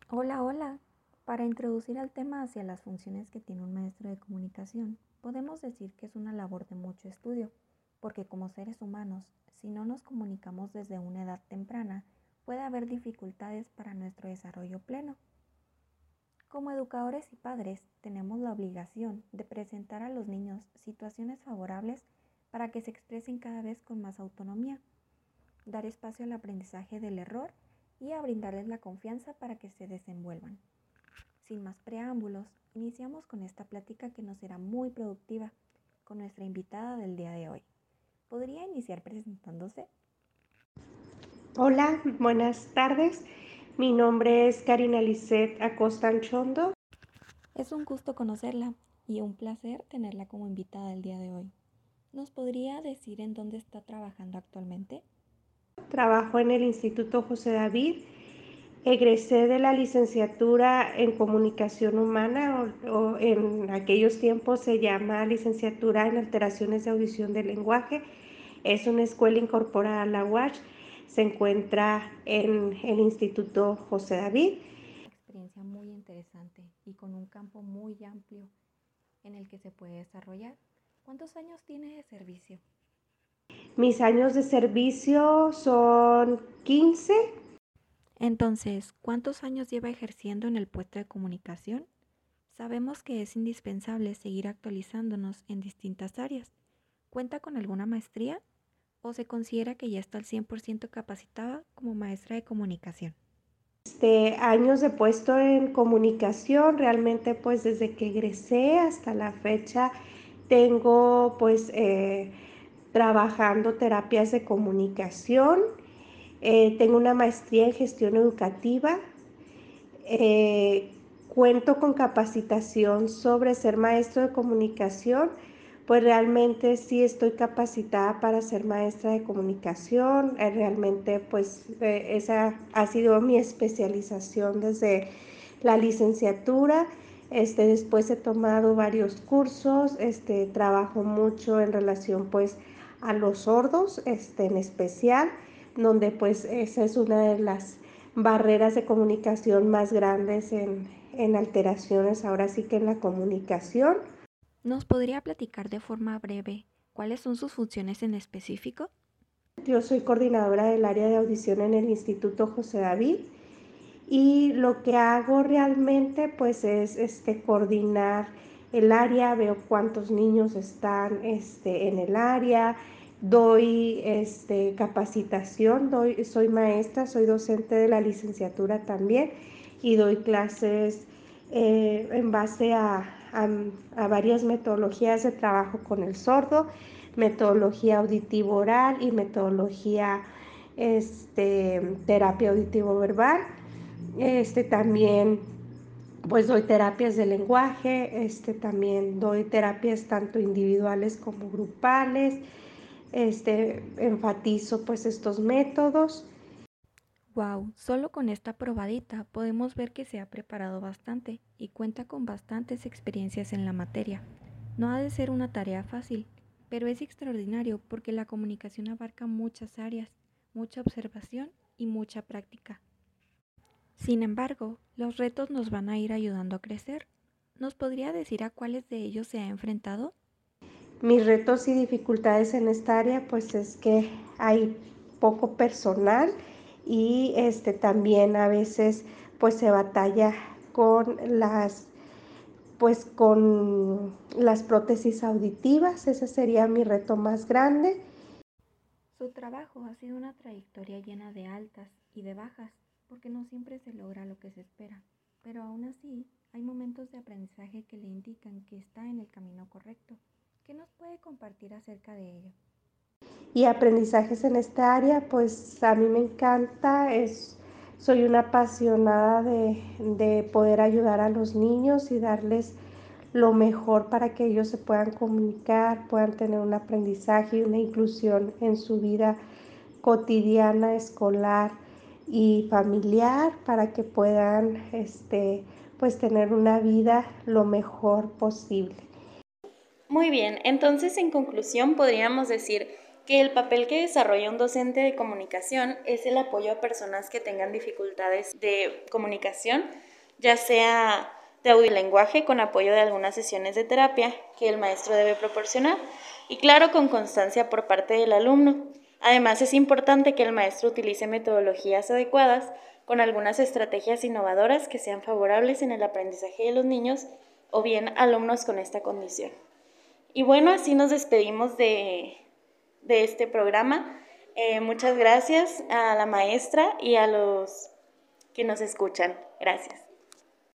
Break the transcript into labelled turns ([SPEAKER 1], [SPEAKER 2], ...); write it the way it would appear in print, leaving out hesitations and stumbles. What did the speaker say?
[SPEAKER 1] Hola, hola. Para introducir al tema hacia las funciones que tiene un maestro de comunicación, podemos decir que es una labor de mucho estudio, porque como seres humanos, si no nos comunicamos desde una edad temprana, puede haber dificultades para nuestro desarrollo pleno. Como educadores y padres, tenemos la obligación de presentar a los niños situaciones favorables para que se expresen cada vez con más autonomía, dar espacio al aprendizaje del error y a brindarles la confianza para que se desenvuelvan. Sin más preámbulos, iniciamos con esta plática que nos será muy productiva con nuestra invitada del día de hoy. ¿Podría iniciar presentándose?
[SPEAKER 2] Hola, buenas tardes. Mi nombre es Karina Lisset Acosta Anchondo.
[SPEAKER 1] Es un gusto conocerla y un placer tenerla como invitada el día de hoy. ¿Nos podría decir en dónde está trabajando actualmente?
[SPEAKER 2] Trabajo en el Instituto José David. Egresé de la licenciatura en Comunicación Humana o en aquellos tiempos se llama licenciatura en Alteraciones de Audición del Lenguaje. Es una escuela incorporada a la UACH. Se encuentra en el Instituto José David.
[SPEAKER 1] Experiencia muy interesante y con un campo muy amplio en el que se puede desarrollar. ¿Cuántos años tiene de servicio?
[SPEAKER 2] Mis años de servicio son 15.
[SPEAKER 1] Entonces, ¿cuántos años lleva ejerciendo en el puesto de comunicación? Sabemos que es indispensable seguir actualizándonos en distintas áreas. ¿Cuenta con alguna maestría o se considera que ya está al 100% capacitada como maestra de comunicación?
[SPEAKER 2] Años de puesto en comunicación, realmente pues desde que egresé hasta la fecha tengo trabajando terapias de comunicación, tengo una maestría en gestión educativa, eh, cuento con capacitación sobre ser maestro de comunicación, pues realmente sí estoy capacitada para ser maestra de comunicación, realmente esa ha sido mi especialización desde la licenciatura. Después he tomado varios cursos, trabajo mucho en relación pues a los sordos, en especial, donde pues esa es una de las barreras de comunicación más grandes en alteraciones, ahora sí que en la comunicación.
[SPEAKER 1] ¿Nos podría platicar de forma breve cuáles son sus funciones en específico?
[SPEAKER 2] Yo soy coordinadora del área de audición en el Instituto José David y lo que hago realmente pues es coordinar el área, veo cuántos niños están en el área, doy capacitación, soy maestra, soy docente de la licenciatura también y doy clases en base a varias metodologías de trabajo con el sordo, metodología auditivo oral y metodología terapia auditivo verbal. También pues doy terapias de lenguaje, también doy terapias tanto individuales como grupales, enfatizo pues estos métodos.
[SPEAKER 1] Wow, solo con esta probadita podemos ver que se ha preparado bastante y cuenta con bastantes experiencias en la materia. No ha de ser una tarea fácil, pero es extraordinario porque la comunicación abarca muchas áreas, mucha observación y mucha práctica. Sin embargo, los retos nos van a ir ayudando a crecer. ¿Nos podría decir a cuáles de ellos se ha enfrentado?
[SPEAKER 2] Mis retos y dificultades en esta área pues es que hay poco personal y también a veces pues se batalla con las prótesis auditivas. Ese sería mi reto más grande.
[SPEAKER 1] Su trabajo ha sido una trayectoria llena de altas y de bajas, porque no siempre se logra lo que se espera, pero aún así hay momentos de aprendizaje que le indican que está en el camino correcto. ¿Qué nos puede compartir acerca de ello?
[SPEAKER 2] Y aprendizajes en esta área, pues a mí me encanta, soy una apasionada de poder ayudar a los niños y darles lo mejor para que ellos se puedan comunicar, puedan tener un aprendizaje y una inclusión en su vida cotidiana, escolar y familiar para que puedan pues tener una vida lo mejor posible.
[SPEAKER 3] Muy bien, entonces en conclusión podríamos decir que el papel que desarrolla un docente de comunicación es el apoyo a personas que tengan dificultades de comunicación, ya sea de audio y lenguaje, con apoyo de algunas sesiones de terapia que el maestro debe proporcionar y, claro, con constancia por parte del alumno. Además, es importante que el maestro utilice metodologías adecuadas con algunas estrategias innovadoras que sean favorables en el aprendizaje de los niños o bien alumnos con esta condición. Y bueno, así nos despedimos de este programa. Muchas gracias a la maestra y a los que nos escuchan. Gracias.